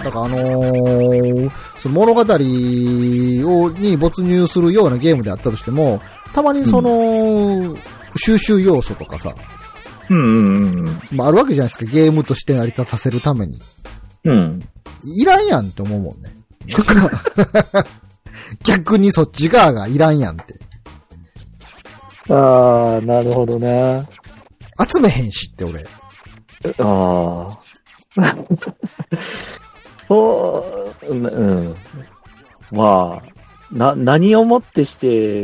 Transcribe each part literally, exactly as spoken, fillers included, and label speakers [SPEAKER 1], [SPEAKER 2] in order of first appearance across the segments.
[SPEAKER 1] だからあのー、その物語を、に没入するようなゲームであったとしても、たまにその、うん、収集要素とかさ、
[SPEAKER 2] うんうんうん。
[SPEAKER 1] まああるわけじゃないですか、ゲームとして成り立たせるために。
[SPEAKER 2] うん。
[SPEAKER 1] いらんやんって思うもんね。逆にそっち側がいらんやんって。
[SPEAKER 2] ああ、なるほどね。
[SPEAKER 1] 集めへんしって俺。
[SPEAKER 2] ああ。そう、うん。まあ、な、何をもってして、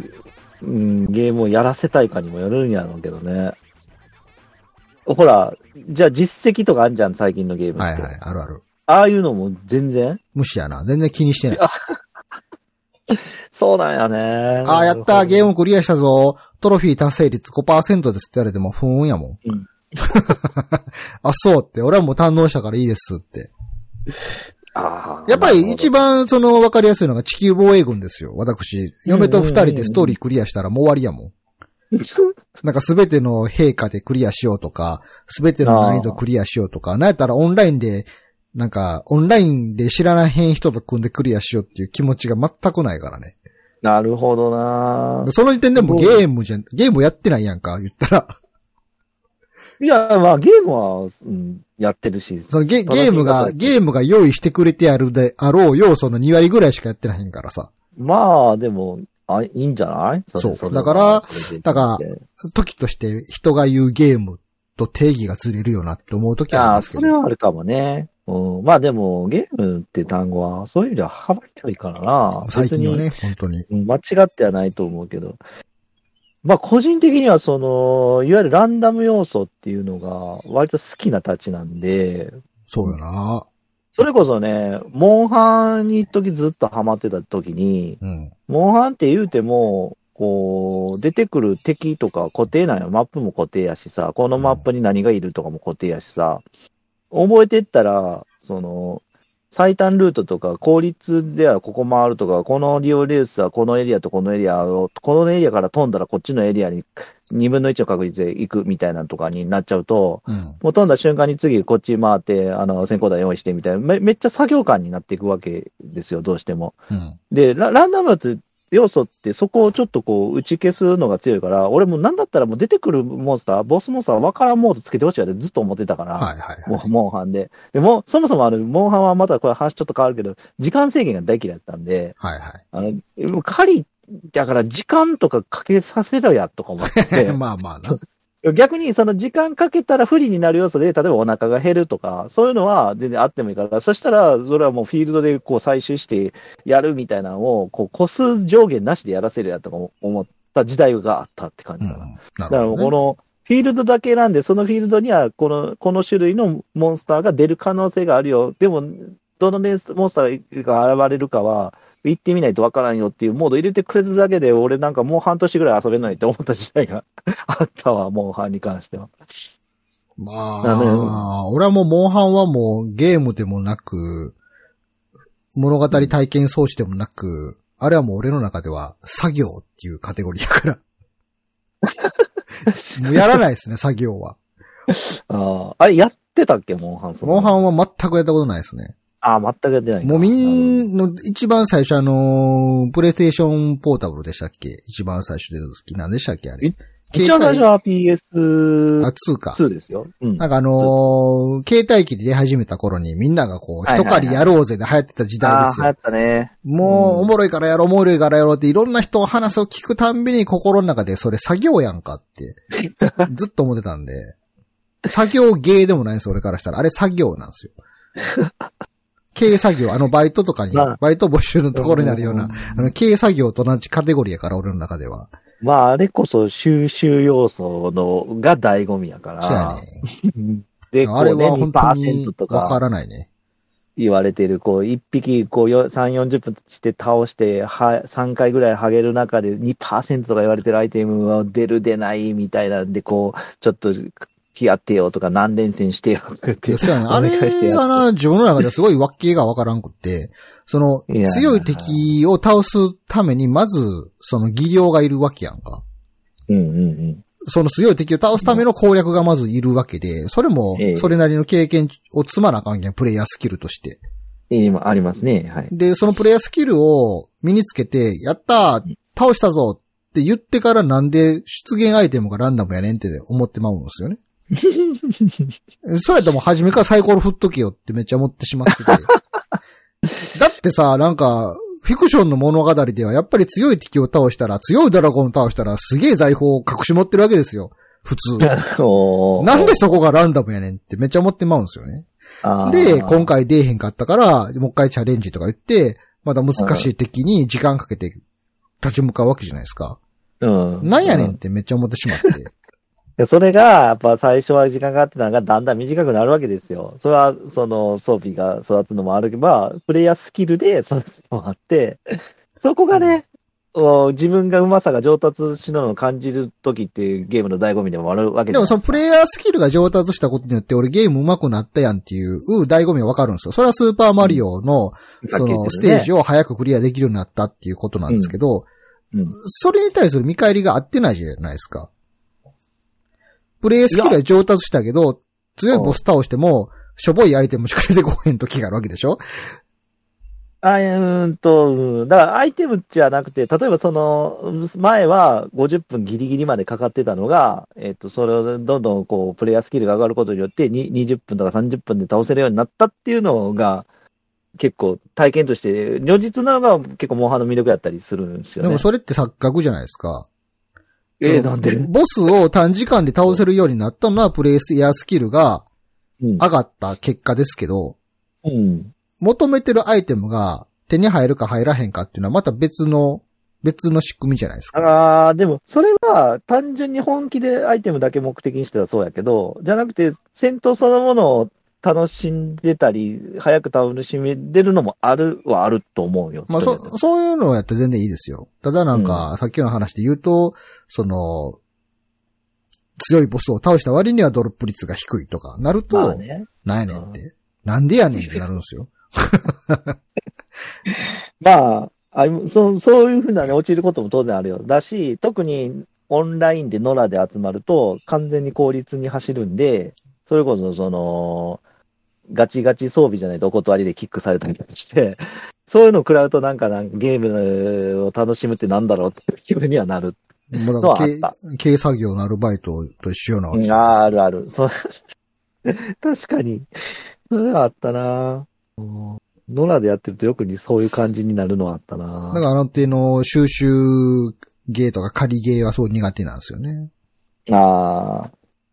[SPEAKER 2] うん、ゲームをやらせたいかにもよるんやろうけどね。ほら、じゃあ実績とかあんじゃん、最近のゲームって。
[SPEAKER 1] はいはい、あるある。
[SPEAKER 2] ああいうのも全然
[SPEAKER 1] 無視やな。全然気にしてない。
[SPEAKER 2] そうなんやね。
[SPEAKER 1] ああ、やった、ゲームクリアしたぞ。トロフィー達成率 ごパーセント ですって言われても、ふーんやもん。うん、あ、そうって。俺はもう堪能したからいいですって。あやっぱり一番その分かりやすいのが地球防衛軍ですよ。私。嫁と二人でストーリークリアしたらもう終わりやもん。なんかすべての陛下でクリアしようとか、すべての難易度クリアしようとか、なんやったらオンラインで、なんか、オンラインで知らないへん人と組んでクリアしようっていう気持ちが全くないからね。
[SPEAKER 2] なるほどな。
[SPEAKER 1] その時点でもゲームじゃん、ゲームやってないやんか、言ったら。
[SPEAKER 2] いや、まあゲームは、うん、やってるし。
[SPEAKER 1] そのゲゲームが、ゲームが用意してくれてやるであろう要素のに割ぐらいしかやってないんからさ。
[SPEAKER 2] まあ、でも、あ、いいんじゃない
[SPEAKER 1] そう。そうだから、だから、時として人が言うゲームと定義がずれるよなって思う時はありますけど。
[SPEAKER 2] ああ、それはあるかもね。うん、まあでも、ゲームって単語は、そういう意味では幅広いからな。
[SPEAKER 1] 最近はね、本当に。
[SPEAKER 2] 間違ってはないと思うけど。まあ個人的にはその、いわゆるランダム要素っていうのが割と好きなたちなんで。
[SPEAKER 1] そうよな。
[SPEAKER 2] それこそね、モンハンに一時ずっとハマってた時に、うん、モンハンって言うても、こう、出てくる敵とか固定なんよ。マップも固定やしさ、このマップに何がいるとかも固定やしさ、覚えてったら、その、最短ルートとか、効率ではここ回るとか、このリオレースはこのエリアとこのエリアを、このエリアから飛んだらこっちのエリアににぶんのいちの確率で行くみたいなのとかになっちゃうと、うん、もう飛んだ瞬間に次こっち回って、あの、先行弾用意してみたいな、め、めっちゃ作業感になっていくわけですよ、どうしても。うん、で、ラ、ランダムって要素ってそこをちょっとこう打ち消すのが強いから、俺もなんだったらもう出てくるモンスター、ボスモンスター分からんモードつけてほしいわってずっと思ってたから、はいはいはい、もうモンハンで。でも、そもそもあの、モンハンはまたこれ話ちょっと変わるけど、時間制限が大嫌いだったんで、はいはい。あの、狩り、だから時間とかかけさせろやとか思って。
[SPEAKER 1] まあまあな。
[SPEAKER 2] 逆にその時間かけたら不利になる要素で、例えばお腹が減るとか、そういうのは全然あってもいいから、そしたら、それはもうフィールドでこう採集してやるみたいなのを、こう、個数上限なしでやらせるやとか思った時代があったって感じかな。うん、なるほどね、だからこの、フィールドだけなんで、そのフィールドには、この、この種類のモンスターが出る可能性があるよ。でも、どのモンスターが現れるかは、行ってみないとわからんよっていうモード入れてくれるだけで、俺なんかもう半年ぐらい遊べないって思った時代があったわ、モンハンに関しては。
[SPEAKER 1] まあ、俺はもうモンハンはもうゲームでもなく、物語体験装置でもなく、あれはもう俺の中では作業っていうカテゴリーやから。もうやらないですね、作業は。
[SPEAKER 2] ああ、あれやってたっけ、モンハン。
[SPEAKER 1] モンハンは全くやったことないですね。
[SPEAKER 2] ああ、全くやってないか。
[SPEAKER 1] もうみんな、一番最初あの、プレイステーションポータブルでしたっけ？一番最初で好きなんでしたっけあれ。
[SPEAKER 2] 一番最初は ピーエス
[SPEAKER 1] あ、ツーか。
[SPEAKER 2] ツーですよ。うん。
[SPEAKER 1] なんかあのー、携帯機で出始めた頃にみんながこう、一狩りやろうぜで流行ってた時代ですよ。
[SPEAKER 2] ああ、流行ったね。
[SPEAKER 1] もう、おもろいからやろう、おもろいからやろうっていろんな人の話を聞くたんびに心の中でそれ作業やんかって、ずっと思ってたんで、作業ゲーでもないんですよ、俺からしたら。あれ作業なんですよ。軽作業、あのバイトとかに、まあ、バイト募集のところにあるような、うん、あの軽作業と同じカテゴリーやから、俺の中では。
[SPEAKER 2] まあ、あれこそ収集要素のが醍醐味やから。
[SPEAKER 1] そうやね。
[SPEAKER 2] で、こうね、
[SPEAKER 1] あれは本当に
[SPEAKER 2] にパーセントとか。
[SPEAKER 1] わからないね。
[SPEAKER 2] 言われてる、こう、一匹、こう、さん、よんじゅっぷんして倒して、は、さんかいぐらい剥げる中で にパーセント とか言われてるアイテムは出る出ないみたいなんで、こう、ちょっと、やってよとか何連戦してよとかって。
[SPEAKER 1] そうやね。あれがな、自分の中ですごい訳がわからんくって、その、強い敵を倒すために、まず、その技量がいるわけやんか。
[SPEAKER 2] うんうんうん。
[SPEAKER 1] その強い敵を倒すための攻略がまずいるわけで、それも、それなりの経験を積まなあかんけん、プレイヤースキルとして。
[SPEAKER 2] 今ありますね。はい。
[SPEAKER 1] で、そのプレイヤースキルを身につけて、やったー倒したぞって言ってからなんで出現アイテムがランダムやねんって思ってまうんですよね。それやったらもう初めからサイコロ振っとけよってめっちゃ思ってしまってて。だってさ、なんか、フィクションの物語ではやっぱり強い敵を倒したら、強いドラゴンを倒したらすげえ財宝を隠し持ってるわけですよ。普通。なんでそこがランダムやねんってめっちゃ思ってまうんですよね。で、今回出えへんかったから、もう一回チャレンジとか言って、また難しい敵に時間かけて立ち向かうわけじゃないですか。うん。なんやねんってめっちゃ思ってしまって。
[SPEAKER 2] それが、やっぱ最初は時間がかかってたのがだんだん短くなるわけですよ。それは、その装備が育つのもあるけば、プレイヤースキルで育つのもあって、そこがね、うん、自分が上手さが上達しなのを感じるときっていうゲームの醍醐味でもあるわけ
[SPEAKER 1] でもそのプレイヤースキルが上達したことによって俺ゲーム上手くなったやんっていう醍醐味がわかるんですよ。それはスーパーマリオの、そのステージを早くクリアできるようになったっていうことなんですけど、うんうん、それに対する見返りが合ってないじゃないですか。プレイスキルは上達したけど、強いボス倒しても、しょぼいアイテムしか出てこへん時があるわけでしょ？
[SPEAKER 2] あ、うーんと、だからアイテムじゃなくて、例えばその、前はごじゅっぷんギリギリまでかかってたのが、えっと、それをどんどんこう、プレイヤースキルが上がることによって、にじゅっぷんとかさんじゅっぷんで倒せるようになったっていうのが、結構体験として、如実なのが結構モンハンの魅力だったりするんですよね。
[SPEAKER 1] でもそれって錯覚じゃないですか。
[SPEAKER 2] えー、なんで
[SPEAKER 1] ボスを短時間で倒せるようになったのはプレイヤースキルが上がった結果ですけど、うん、求めてるアイテムが手に入るか入らへんかっていうのはまた別の、別の仕組みじゃないですか。
[SPEAKER 2] ああ、でもそれは単純に本気でアイテムだけ目的にしてはそうやけど、じゃなくて戦闘そのものを楽しんでたり、早く楽しめてるのもあるはあると思うよ。
[SPEAKER 1] まあそ、そういうのをやって全然いいですよ。ただなんか、うん、さっきの話で言うと、その、強いボスを倒した割にはドロップ率が低いとかなると、まあね、なんやねんって、うん。なんでやねんってなるんですよ。
[SPEAKER 2] まあ、あそ、そういうふうなね、落ちることも当然あるよ。だし、特にオンラインで野良で集まると、完全に効率に走るんで、それこそその、ガチガチ装備じゃないとお断りでキックされたりとかして、そういうのを食らうとなんかなんかゲームを楽しむってなんだろうっていう気分にはなるのはあった。
[SPEAKER 1] 軽作業のアルバイトと一緒なわけです。
[SPEAKER 2] ああるある。そう確かに。それはあったなノラでやってるとよくにそういう感じになるのはあったな
[SPEAKER 1] だからあの手の収集ゲーとか仮ゲーはそう苦手なんですよね。
[SPEAKER 2] ああ。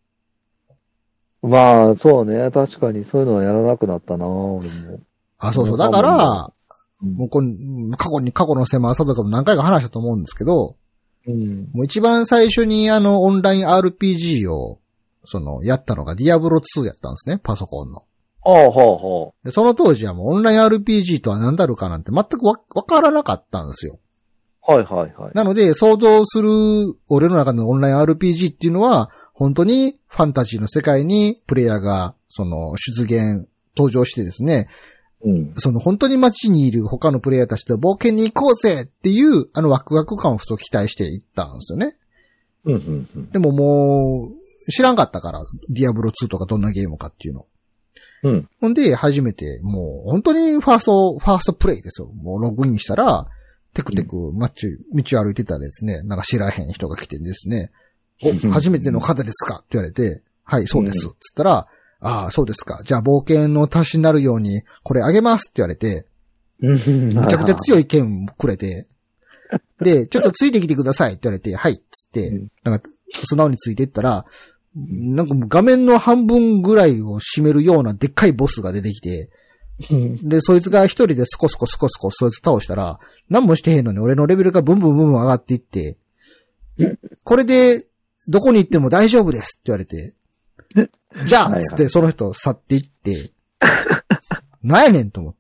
[SPEAKER 2] まあ、そうね。確かに、そういうのはやらなくなったな俺も。
[SPEAKER 1] あ、そうそう。だから、うん、もうこ過去に、過去の狭さとかも何回か話したと思うんですけど、うん、もう一番最初にあの、オンライン アールピージー を、その、やったのがディアブロツーやったんですね。パソコンの。
[SPEAKER 2] ほうほうほ
[SPEAKER 1] う。で、その当時はもうオンライン アールピージー とは何だろうかなんて全くわ、わからなかったんですよ。
[SPEAKER 2] はいはいはい。
[SPEAKER 1] なので、想像する俺の中のオンライン アールピージー っていうのは、本当にファンタジーの世界にプレイヤーがその出現、登場してですね、うん、その本当に街にいる他のプレイヤーたちと冒険に行こうぜっていうあのワクワク感をふと期待していったんですよね。うんうんうん、でももう知らんかったから、ディアブロツーとかどんなゲームかっていうの。うん、ほんで初めてもう本当にファースト、ファーストプレイですよ。もうログインしたら、テクテク街、道歩いてたらですね、なんか知らへん人が来てですね、お、初めての方ですかって言われて、はい、そうです。つったら、ああ、そうですか。じゃあ冒険の足しになるように、これあげますって言われて、めちゃくちゃ強い剣くれて、で、ちょっとついてきてくださいって言われて、はい、つって、なんか、素直についていったら、なんかもう画面の半分ぐらいを占めるようなでっかいボスが出てきて、で、そいつが一人でスコスコスコスコそいつ倒したら、何もしてへんのに俺のレベルがブンブンブンブン上がっていって、これで、どこに行っても大丈夫ですって言われて、じゃあつってその人去っていって、なんやねんと思って。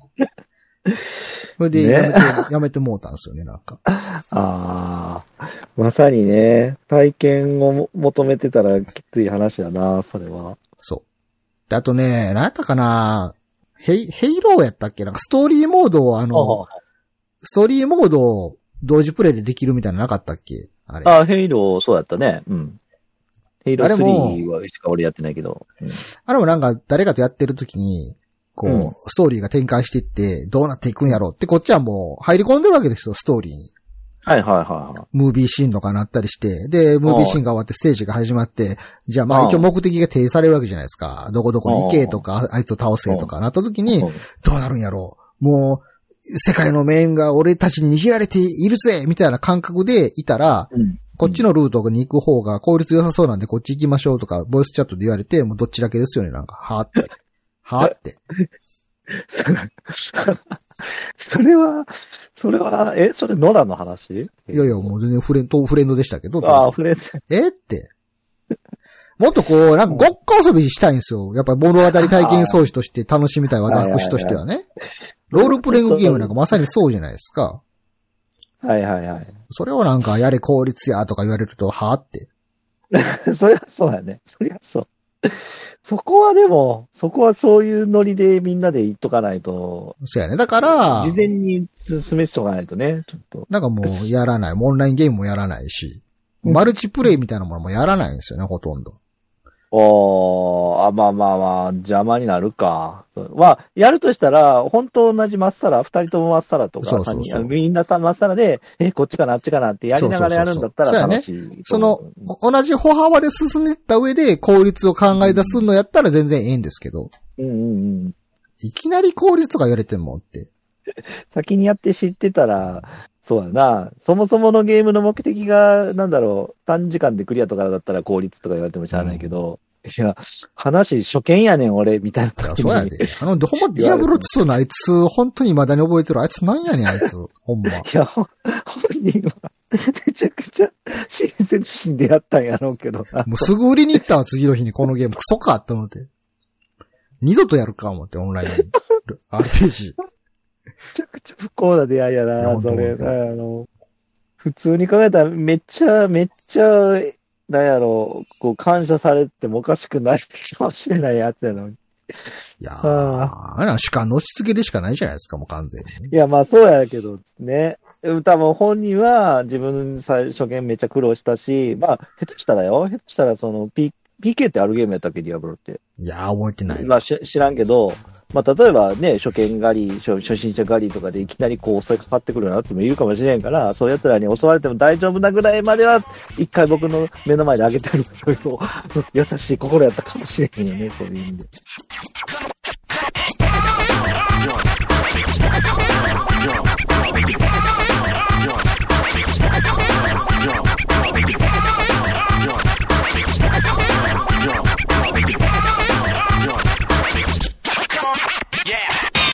[SPEAKER 1] それでやめて、ね、やめてもうたんですよね、なんか。
[SPEAKER 2] ああ、まさにね、体験を求めてたらきつい話だな、それは。
[SPEAKER 1] そう。で、あとね、何やったかな、ヘイ、ヘイローやったっけなんかストーリーモードをあの、ストーリーモードを同時プレイでできるみたいなのなかったっけあれ。
[SPEAKER 2] あ、ヘイロー、そうやったね。うん。ヘイロースリーはしか俺やってないけど。うん、
[SPEAKER 1] あれもなんか誰かとやってるときに、 こう、うん、ストーリーが展開していって、どうなっていくんやろうって、こっちはもう入り込んでるわけですよ、ストーリーに。
[SPEAKER 2] はいはいはいはい。
[SPEAKER 1] ムービーシーンとかなったりして、で、ムービーシーンが終わってステージが始まって、じゃあまあ一応目的が提示されるわけじゃないですか。どこどこに行けとか、あいつを倒せとかなった時に、どうなるんやろう。もう、世界の命運が俺たちに握られているぜみたいな感覚でいたら、うん、こっちのルートに行く方が効率良さそうなんでこっち行きましょうとか、ボイスチャットで言われて、もうどっちだけですよね、なんか。はーって。はーって。
[SPEAKER 2] それは、それは、え、それ野良の話？い
[SPEAKER 1] やいや、もう全然フレンド、フレンドでしたけど。
[SPEAKER 2] ああ、フレンド。
[SPEAKER 1] えって。もっとこう、なんかごっこ遊びしたいんですよ。やっぱり物語体験装置として楽しみたい私としてはね。ロールプレイングゲームなんかまさにそうじゃないですか。
[SPEAKER 2] はいはいはい。
[SPEAKER 1] それをなんかやれ効率やとか言われると、はぁって。
[SPEAKER 2] そりゃそうやね。そりゃそう。そこはでも、そこはそういうノリでみんなで言っとかないと。
[SPEAKER 1] そうやね。だから、
[SPEAKER 2] 事前に進めしとかないとね、ちょっと。
[SPEAKER 1] なんかもうやらない。オンラインゲームもやらないし、マルチプレイみたいなものもやらないんですよね、ほとんど。
[SPEAKER 2] おー、あ、まあまあまあ、邪魔になるか。まあ、やるとしたら、本当同じまっさら、二人ともまっさらとか、そうそうそうみんなさまっさらで、え、こっちかな、あっちかなってやりながらやるんだったら楽しい。そうそうそう
[SPEAKER 1] その、同じ歩幅で進んでいった上で効率を考え出すのやったら全然ええんですけど。
[SPEAKER 2] うんうんうん。
[SPEAKER 1] いきなり効率とか言われてもって。
[SPEAKER 2] 先にやって知ってたら、そうやな。そもそものゲームの目的が、なんだろう、短時間でクリアとかだったら効率とか言われてもしゃあないけど、うん、いや、話初見やねん、俺、みたいな時に。
[SPEAKER 1] いや、そうやで。あの、ほんま、ディアブロツーのあいつ、本当に未だに覚えてる。あいつなんやねん、あいつ。ほんま。い
[SPEAKER 2] や、本人は、めちゃくちゃ親切心でやったんやろうけどな。
[SPEAKER 1] もうすぐ売りに行ったわ、次の日にこのゲーム。クソかって思って。二度とやるか思って、オンライン。アールピージー。
[SPEAKER 2] めちゃくちゃ不幸な出会いやな、それ。あの、普通に考えたらめっちゃ、めっちゃ、なんやろう、こう感謝されてもおかしくないかもしれないやつやのに。
[SPEAKER 1] いやー、ああ主観の押し付けでしかないじゃないですか、もう完全に。
[SPEAKER 2] いや、まあそうやけどね。多分本人は自分最初見めっちゃ苦労したし、まあ、下手したらよ、下手したらその P、ピーケー ってあるゲームやったっけ、ディアブロって。
[SPEAKER 1] いやー、覚えてない。
[SPEAKER 2] まあ知らんけど、まあ例えばね、初見狩り、初、初心者狩りとかでいきなりこう襲いかかってくるようなってもいるかもしれんから、そういう奴らに襲われても大丈夫なぐらいまでは、一回僕の目の前であげてるを優しい心やったかもしれんよね、そういう意味で。